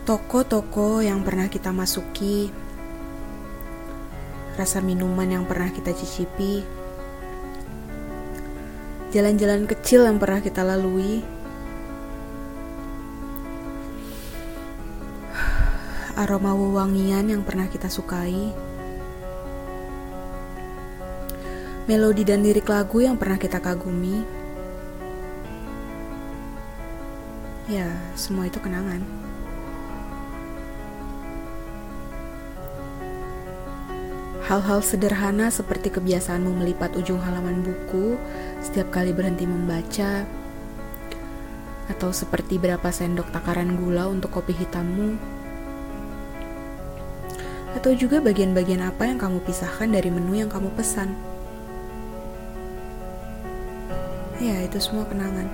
Toko-toko yang pernah kita masuki, rasa minuman yang pernah kita cicipi, jalan-jalan kecil yang pernah kita lalui, aroma wewangian yang pernah kita sukai, melodi dan lirik lagu yang pernah kita kagumi. Ya, semua itu kenangan. Hal-hal sederhana seperti kebiasaanmu melipat ujung halaman buku setiap kali berhenti membaca, atau seperti berapa sendok takaran gula untuk kopi hitammu, atau juga bagian-bagian apa yang kamu pisahkan dari menu yang kamu pesan. Ya, itu semua kenangan.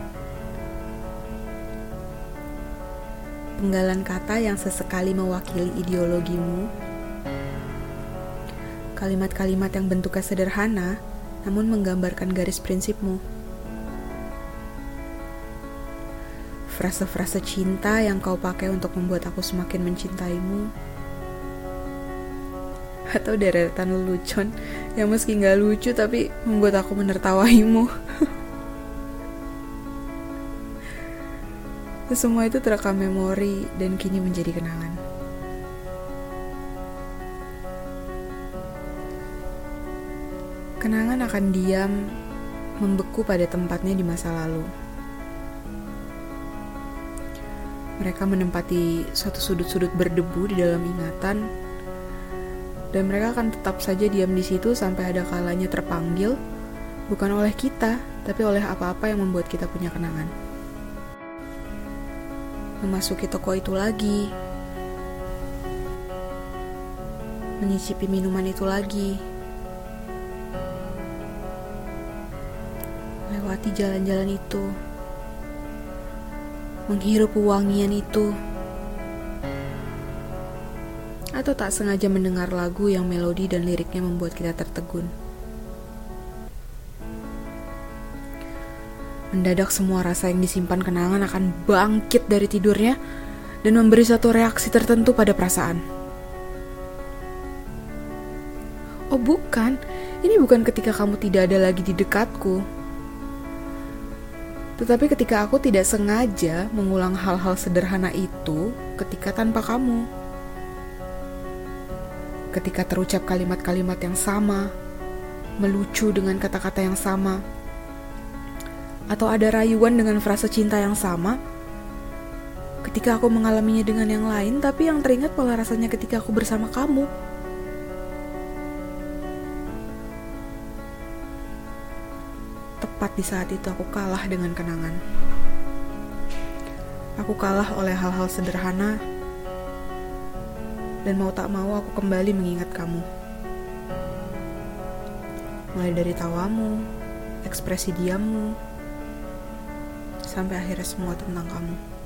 Penggalan kata yang sesekali mewakili ideologimu, kalimat-kalimat yang bentuknya sederhana namun menggambarkan garis prinsipmu, frase-frase cinta yang kau pakai untuk membuat aku semakin mencintaimu, atau deretan lelucon yang meski gak lucu tapi membuat aku menertawaimu. Semua itu terekam memori dan kini menjadi kenangan. Kenangan akan diam, membeku pada tempatnya di masa lalu. Mereka menempati suatu sudut-sudut berdebu di dalam ingatan, dan mereka akan tetap saja diam di situ sampai ada kalanya terpanggil, bukan oleh kita, tapi oleh apa-apa yang membuat kita punya kenangan. Memasuki toko itu lagi, menyicipi minuman itu lagi, lewati jalan-jalan itu, menghirup wangian itu, atau tak sengaja mendengar lagu yang melodi dan liriknya membuat kita tertegun. Mendadak semua rasa yang disimpan kenangan akan bangkit dari tidurnya dan memberi satu reaksi tertentu pada perasaan. Oh bukan, ini bukan ketika kamu tidak ada lagi di dekatku. Tetapi ketika aku tidak sengaja mengulang hal-hal sederhana itu ketika tanpa kamu. Ketika terucap kalimat-kalimat yang sama, melucu dengan kata-kata yang sama, atau ada rayuan dengan frase cinta yang sama, ketika aku mengalaminya dengan yang lain, tapi yang teringat pola rasanya ketika aku bersama kamu. Tepat di saat itu aku kalah dengan kenangan. Aku kalah oleh hal-hal sederhana, dan mau tak mau aku kembali mengingat kamu. Mulai dari tawamu, ekspresi diammu, sampai akhirnya semua tentang kamu.